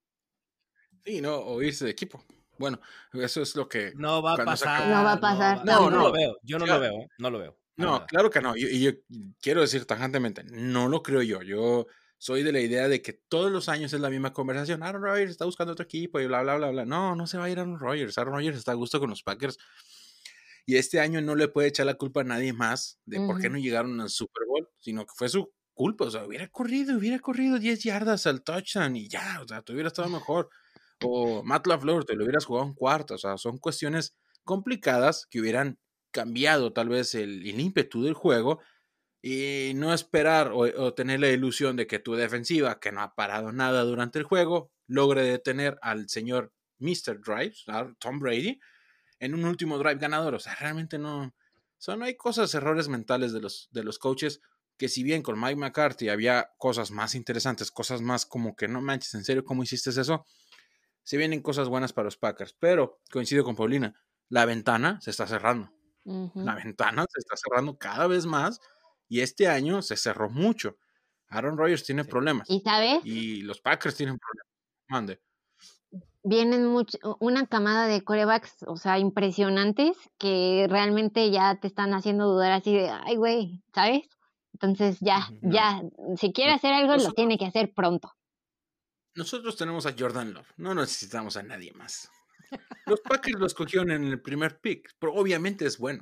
Sí, no, o irse de equipo. Bueno, eso es lo que... No va a pasar. No va a pasar. No, no, no, no lo veo, yo no claro. lo veo, ¿eh? no lo veo. No, nada. Claro que no, y yo, yo quiero decir tajantemente, no lo creo yo, yo... Soy de la idea de que todos los años es la misma conversación. Aaron Rodgers está buscando otro equipo y bla, bla, bla, bla. No, no se va a ir Aaron Rodgers. Aaron Rodgers está a gusto con los Packers. Y este año no le puede echar la culpa a nadie más de uh-huh. por qué no llegaron al Super Bowl, sino que fue su culpa. O sea, hubiera corrido, hubiera corrido diez yardas al touchdown y ya, o sea, te hubiera estado mejor. O Matt LaFleur, te lo hubieras jugado en cuarto. O sea, son cuestiones complicadas que hubieran cambiado tal vez el, el ímpetu del juego. Y no esperar o, o tener la ilusión de que tu defensiva, que no ha parado nada durante el juego, logre detener al señor mister Drives, Tom Brady, en un último drive ganador. O sea, realmente no... O sea, no hay cosas, errores mentales de los, de los coaches, que si bien con Mike McCarthy había cosas más interesantes, cosas más como que no manches, ¿en serio cómo hiciste eso? Se vienen cosas buenas para los Packers, pero coincido con Paulina, la ventana se está cerrando. Uh-huh. La ventana se está cerrando cada vez más. Y este año se cerró mucho. Aaron Rodgers tiene sí. problemas. ¿Y sabes? Y los Packers tienen problemas. Mande. Vienen mucho, una camada de quarterbacks, o sea, impresionantes, que realmente ya te están haciendo dudar así de, ay, güey, ¿sabes? Entonces ya, no. ya, si quiere hacer algo, nosotros, lo tiene que hacer pronto. Nosotros tenemos a Jordan Love, no necesitamos a nadie más. Los Packers lo escogieron en el primer pick, pero obviamente es bueno.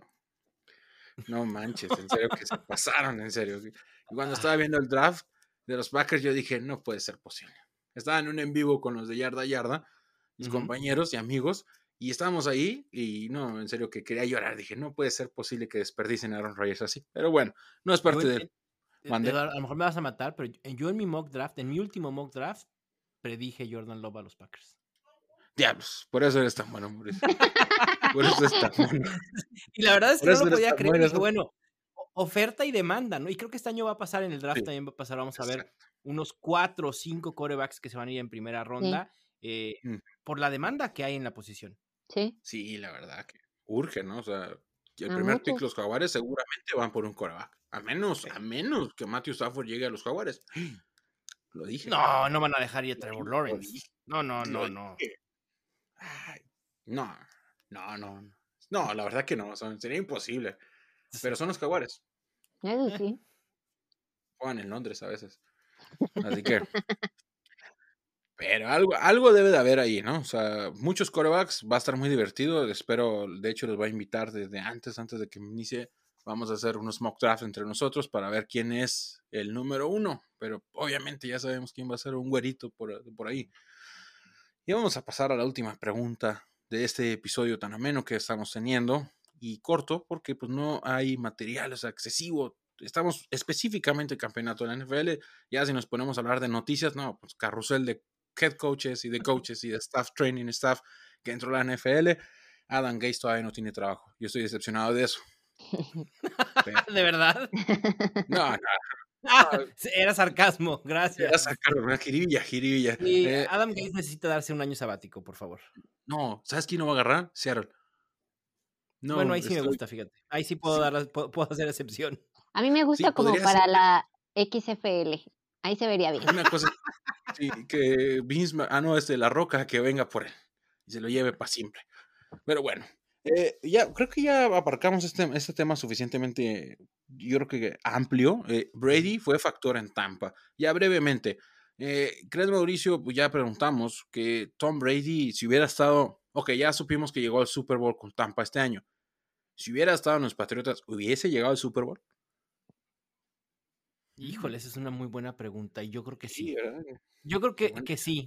No manches, en serio que se pasaron, en serio. Y cuando estaba viendo el draft de los Packers, yo dije, no puede ser posible. Estaba en un en vivo con los de Yarda a Yarda, mis uh-huh. compañeros y amigos, y estábamos ahí, y no, en serio que quería llorar. Dije, no puede ser posible que desperdicien a Aaron Rodgers así. Pero bueno, no es parte de... A lo mejor me vas a matar, pero yo en mi mock draft, en mi último mock draft, predije Jordan Love a los Packers. Diablos, por eso eres tan bueno, Mauricio. Por eso es tan bueno. Y la verdad es que no lo podía creer. Dije, bueno, oferta y demanda, ¿no? Y creo que este año va a pasar en el draft, sí. también va a pasar, vamos Exacto. a ver unos cuatro o cinco quarterbacks que se van a ir en primera ronda sí. eh, mm. por la demanda que hay en la posición. Sí. Sí, la verdad que urge, ¿no? O sea, el a primer muchos. pick, los Jaguares seguramente van por un quarterback. A menos, sí. a menos que Matthew Stafford llegue a los Jaguares. Lo dije. No, no van a dejar ir a Trevor Lawrence. No, no, no, no. Ay, no, no, no. No, la verdad que no, son, sería imposible. Pero son los Jaguares. Eso sí. juegan en Londres a veces. Así que, pero algo, algo debe de haber ahí, ¿no? O sea, muchos quarterbacks, va a estar muy divertido. Espero, de hecho, los voy a invitar desde antes, antes de que inicie. Vamos a hacer unos mock draft entre nosotros para ver quién es el número uno. Pero obviamente ya sabemos quién va a ser un güerito por, por ahí. Y vamos a pasar a la última pregunta de este episodio tan ameno que estamos teniendo. Y corto, porque pues no hay materiales excesivos. Estamos específicamente en campeonato de la N F L. Ya si nos ponemos a hablar de noticias, no, pues carrusel de head coaches y de coaches y de staff training staff que entró a la N F L. Adam Gase todavía no tiene trabajo. Yo estoy decepcionado de eso. Pero, ¿de verdad? No, no. Ah, era sarcasmo, gracias. Era sarcasmo, jiribilla, jiribilla. Y eh, Adam Gase necesita darse un año sabático, por favor. No, ¿sabes quién no va a agarrar? Seattle. No, bueno, ahí sí estoy... me gusta, fíjate. Ahí sí puedo, sí. Dar, puedo, puedo hacer excepción. A mí me gusta sí, como para ser... la X F L. Ahí se vería bien. Una cosa, sí, que Vince, ah, no, este, La Roca, que venga por él y se lo lleve para siempre. Pero bueno, eh, ya creo que ya aparcamos este, este tema suficientemente, yo creo que amplio. Eh, Brady fue factor en Tampa. Ya brevemente, eh, ¿crees, Mauricio? Pues ya preguntamos que Tom Brady, si hubiera estado, ok, ya supimos que llegó al Super Bowl con Tampa este año. Si hubiera estado en los Patriotas, ¿hubiese llegado al Super Bowl? Híjole, esa es una muy buena pregunta y yo creo que sí. Sí, ¿verdad? Yo creo que, bueno. que sí.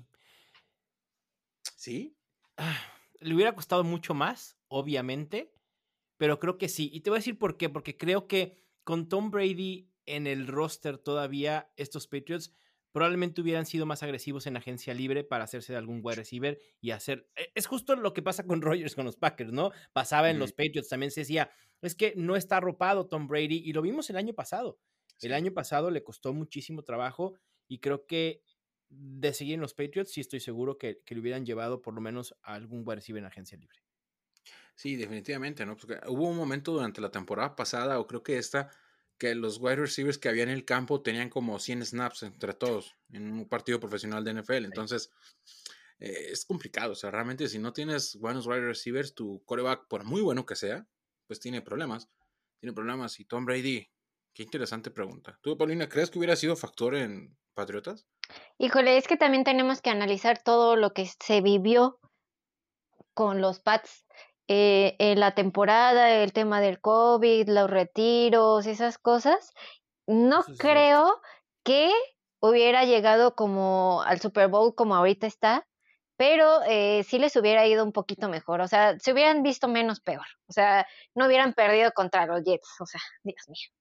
¿Sí? Ah, le hubiera costado mucho más, obviamente, pero creo que sí. Y te voy a decir por qué. Porque creo que con Tom Brady en el roster todavía, estos Patriots probablemente hubieran sido más agresivos en agencia libre para hacerse de algún wide receiver y hacer... Es justo lo que pasa con Rodgers con los Packers, ¿no? Pasaba en mm. los Patriots, también se decía, es que no está arropado Tom Brady, y lo vimos el año pasado. Sí. El año pasado le costó muchísimo trabajo y creo que de seguir en los Patriots sí estoy seguro que, que le hubieran llevado por lo menos a algún wide receiver en agencia libre. Sí, definitivamente, ¿no? Porque hubo un momento durante la temporada pasada, o creo que esta, que los wide receivers que había en el campo tenían como cien snaps entre todos en un partido profesional de N F L. Entonces, eh, es complicado. O sea, realmente si no tienes buenos wide receivers, tu quarterback, por muy bueno que sea, pues tiene problemas. Tiene problemas. Y Tom Brady, qué interesante pregunta. ¿Tú, Paulina, crees que hubiera sido factor en Patriotas? Híjole, es que también tenemos que analizar todo lo que se vivió con los Pats. Eh, en la temporada, el tema del COVID, los retiros, esas cosas, no sí, creo sí. que hubiera llegado como al Super Bowl como ahorita está, pero eh, sí les hubiera ido un poquito mejor, o sea, se hubieran visto menos peor, o sea, no hubieran perdido contra los Jets, o sea, Dios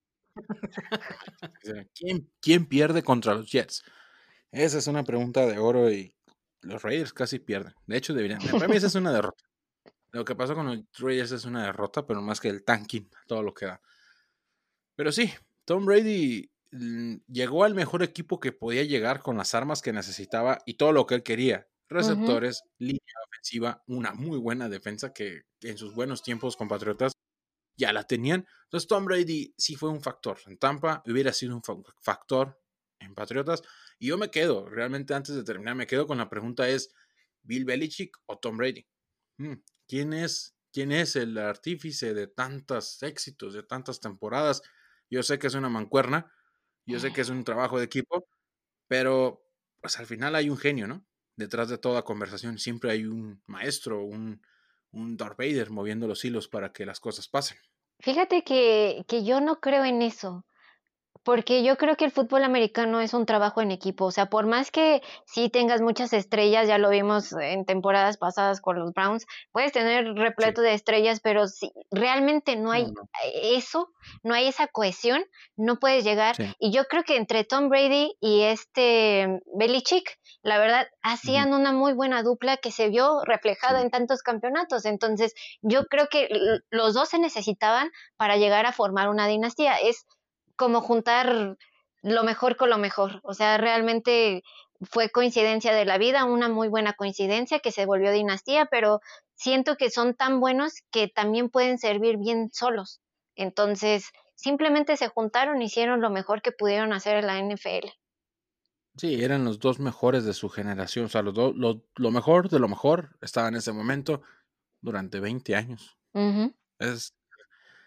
mío. ¿Quién, ¿Quién pierde contra los Jets? Esa es una pregunta de oro y los Raiders casi pierden. De hecho, deberían. Para mí esa es una derrota. Lo que pasó con los Raiders es una derrota, pero más que el tanking, todo lo que da. Pero sí, Tom Brady mmm, llegó al mejor equipo que podía llegar con las armas que necesitaba y todo lo que él quería. Receptores, uh-huh. línea ofensiva, una muy buena defensa que, que en sus buenos tiempos compatriotas ya la tenían. Entonces Tom Brady sí fue un factor. En Tampa hubiera sido un factor en Patriotas. Y yo me quedo, realmente antes de terminar, me quedo con la pregunta es, ¿Bill Belichick o Tom Brady? Hmm. ¿Quién es, ¿Quién es el artífice de tantos éxitos, de tantas temporadas? Yo sé que es una mancuerna, yo sé que es un trabajo de equipo, pero pues al final hay un genio, ¿no? Detrás de toda conversación siempre hay un maestro, un, un Darth Vader moviendo los hilos para que las cosas pasen. Fíjate que, que yo no creo en eso. Porque yo creo que el fútbol americano es un trabajo en equipo, o sea, por más que sí tengas muchas estrellas, ya lo vimos en temporadas pasadas con los Browns, puedes tener repleto sí. de estrellas, pero si realmente no hay no, no. eso, no hay esa cohesión, no puedes llegar. Sí. Y yo creo que entre Tom Brady y este Belichick, la verdad, hacían uh-huh. una muy buena dupla que se vio reflejada sí. en tantos campeonatos. Entonces, yo creo que los dos se necesitaban para llegar a formar una dinastía. Es como juntar lo mejor con lo mejor, o sea, realmente fue coincidencia de la vida, una muy buena coincidencia que se volvió dinastía, pero siento que son tan buenos que también pueden servir bien solos, entonces simplemente se juntaron, hicieron lo mejor que pudieron hacer en la N F L. Sí, eran los dos mejores de su generación, o sea, los do, lo, lo mejor de lo mejor estaba en ese momento durante veinte años. Uh-huh. Es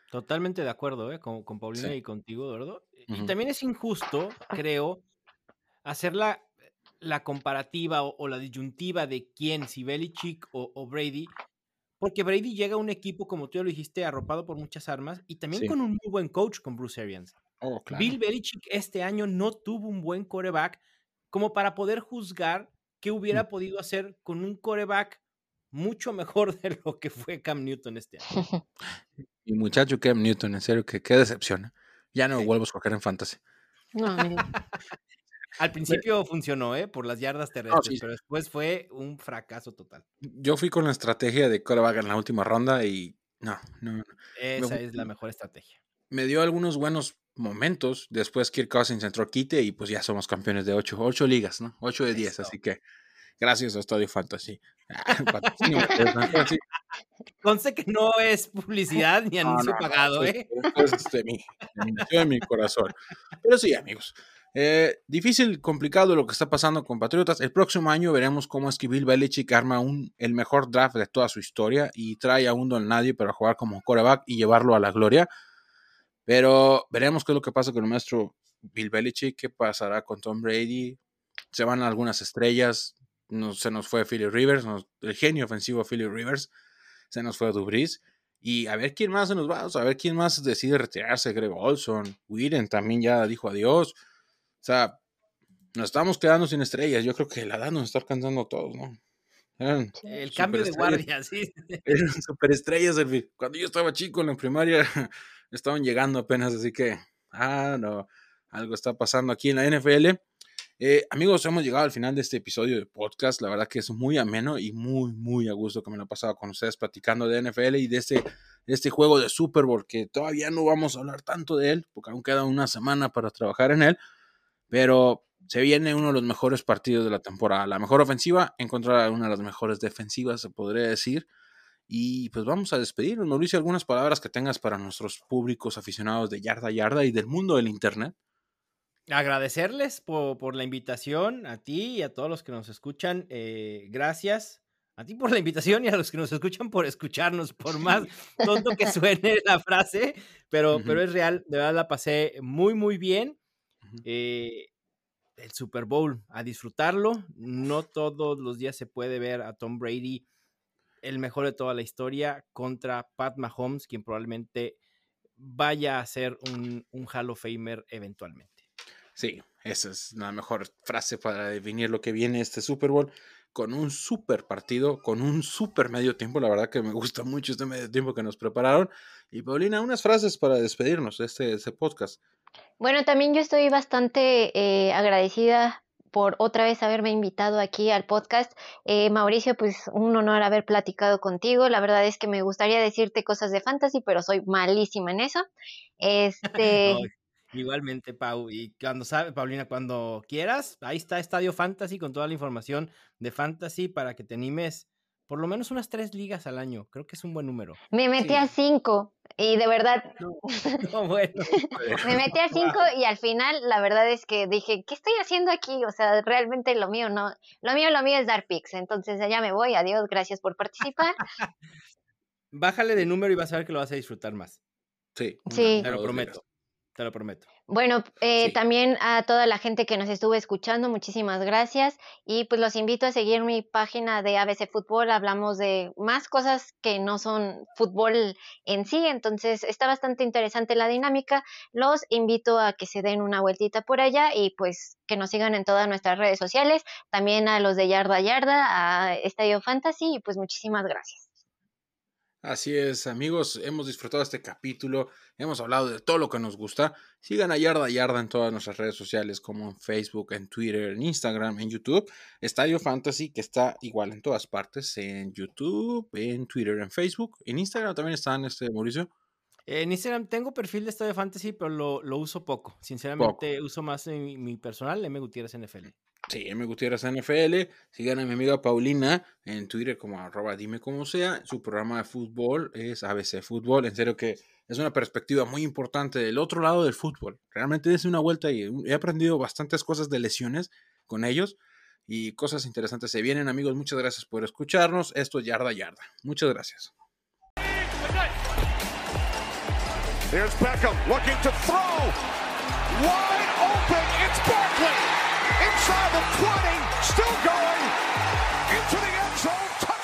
Totalmente de acuerdo, ¿eh? Con, con Paulina Sí. y contigo, Eduardo. Y Ujú. también es injusto, creo, hacer la, la comparativa o, o la disyuntiva de quién, si Belichick o, o Brady, porque Brady llega a un equipo, como tú ya lo dijiste, arropado por muchas armas y también Sí. con un muy buen coach, con Bruce Arians. Oh, claro. Bill Belichick este año no tuvo un buen quarterback como para poder juzgar qué hubiera Mm. podido hacer con un quarterback mucho mejor de lo que fue Cam Newton este año. Y muchacho Cam Newton, en serio, que qué decepción. ¿eh? Ya no Sí. vuelvo a escoger en fantasy. No, mira. Al principio funcionó, ¿eh? Por las yardas No, terrestres, sí. pero después fue un fracaso total. Yo fui con la estrategia de quarterback en la última ronda y no, no, no. Me, Esa fu- es la mejor estrategia. me dio algunos buenos momentos. Después Kirk Cousins entró quite y pues ya somos campeones de ocho, ocho ligas, ¿no? ocho de diez, Eso. así que gracias a Estadio Fantasy. Ah, patrocíname, pero Fantasy. Conste que no es publicidad ni No, anuncio no, no, pagado, esto es- ¿eh? esto es este, mi, de mi, de mi corazón. Pero sí, amigos. Eh, difícil, complicado lo que está pasando con Patriotas. El próximo año veremos cómo es que Bill Belichick arma un, el mejor draft de toda su historia y trae a un don nadie para jugar como quarterback y llevarlo a la gloria. Pero veremos qué es lo que pasa con el maestro Bill Belichick, qué pasará con Tom Brady. Se van algunas estrellas. No, se nos fue Philip Rivers, nos, el genio ofensivo Philip Rivers. Se nos fue Drew Brees. Y a ver quién más se nos va. O sea, a ver quién más decide retirarse. Greg Olson. Whedon también ya dijo adiós. O sea, nos estamos quedando sin estrellas. Yo creo que la edad nos está alcanzando a todos, ¿no? Eran El cambio de superestrellas. guardia, sí. Eran superestrellas. el- Cuando yo estaba chico en la primaria, estaban llegando apenas. Así que, ah, no. Algo está pasando aquí en la N F L. Eh, amigos, hemos llegado al final de este episodio de podcast. La verdad que es muy ameno y muy, muy a gusto que me lo he pasado con ustedes platicando de N F L y de este, de este juego de Super Bowl, que todavía no vamos a hablar tanto de él, porque aún queda una semana para trabajar en él, pero se viene uno de los mejores partidos de la temporada. La mejor ofensiva en contra de una de las mejores defensivas, se podría decir. Y pues vamos a despedirnos. Mauricio, algunas palabras que tengas para nuestros públicos aficionados de Yarda Yarda y del mundo del Internet. Agradecerles por, por la invitación, a ti y a todos los que nos escuchan. Eh, gracias a ti por la invitación y a los que nos escuchan por escucharnos, por más tonto que suene la frase, pero, Ujú. pero es real, de verdad la pasé muy, muy bien. Ujú. Eh, el Super Bowl, a disfrutarlo. No todos los días se puede ver a Tom Brady, el mejor de toda la historia, contra Pat Mahomes, quien probablemente vaya a ser un, un Hall of Famer eventualmente. Sí, esa es la mejor frase para definir lo que viene este Super Bowl, con un super partido, con un super medio tiempo. La verdad que me gusta mucho este medio tiempo que nos prepararon. Y Paulina, unas frases para despedirnos de este, este podcast. Bueno, también yo estoy bastante eh, agradecida por otra vez haberme invitado aquí al podcast. Eh, Mauricio, pues un honor haber platicado contigo. La verdad es que me gustaría decirte cosas de fantasy, pero soy malísima en eso. Este, No, igualmente, Pau. Y cuando sabe, Paulina, cuando quieras, ahí está Estadio Fantasy con toda la información de Fantasy para que te animes por lo menos unas tres ligas al año. Creo que es un buen número. me metí Sí. a cinco y de verdad No, no bueno. me metí a cinco y al final la verdad es que dije, ¿qué estoy haciendo aquí? O sea, realmente lo mío no, lo mío, lo mío es dar picks. Entonces allá me voy, adiós, gracias por participar. Bájale de número y vas a ver que lo vas a disfrutar más. Sí, una, Sí. una Te o lo dos prometo. ligas. Te lo prometo. Bueno, eh, Sí. también a toda la gente que nos estuvo escuchando, muchísimas gracias y pues los invito a seguir mi página de A B C Fútbol. Hablamos de más cosas que no son fútbol en sí, entonces está bastante interesante la dinámica. Los invito a que se den una vueltita por allá y pues que nos sigan en todas nuestras redes sociales, también a los de Yarda Yarda, a Estadio Fantasy y pues muchísimas gracias. Así es, amigos, hemos disfrutado este capítulo, hemos hablado de todo lo que nos gusta. Sigan a Yarda Yarda en todas nuestras redes sociales, como en Facebook, en Twitter, en Instagram, en YouTube. Estadio Fantasy, que está igual en todas partes, en YouTube, en Twitter, en Facebook. En Instagram también están, este, Mauricio. En Instagram tengo perfil de Estadio Fantasy, pero lo, lo uso poco. Sinceramente, poco. Uso más en mi, mi personal, M. Gutiérrez N F L. Sí, M. Gutiérrez N F L. Sigan a mi amiga Paulina en Twitter como arroba dime como sea. Su programa de fútbol es A B C Fútbol. En serio que es una perspectiva muy importante del otro lado del fútbol. Realmente es una vuelta y he aprendido bastantes cosas de lesiones con ellos y cosas interesantes se vienen, amigos. Muchas gracias por escucharnos. Esto es Yarda Yarda. Muchas gracias. Here's Beckham looking to throw. Wide open. It's Barkley. Inside the twenty. Still going. Into the end zone.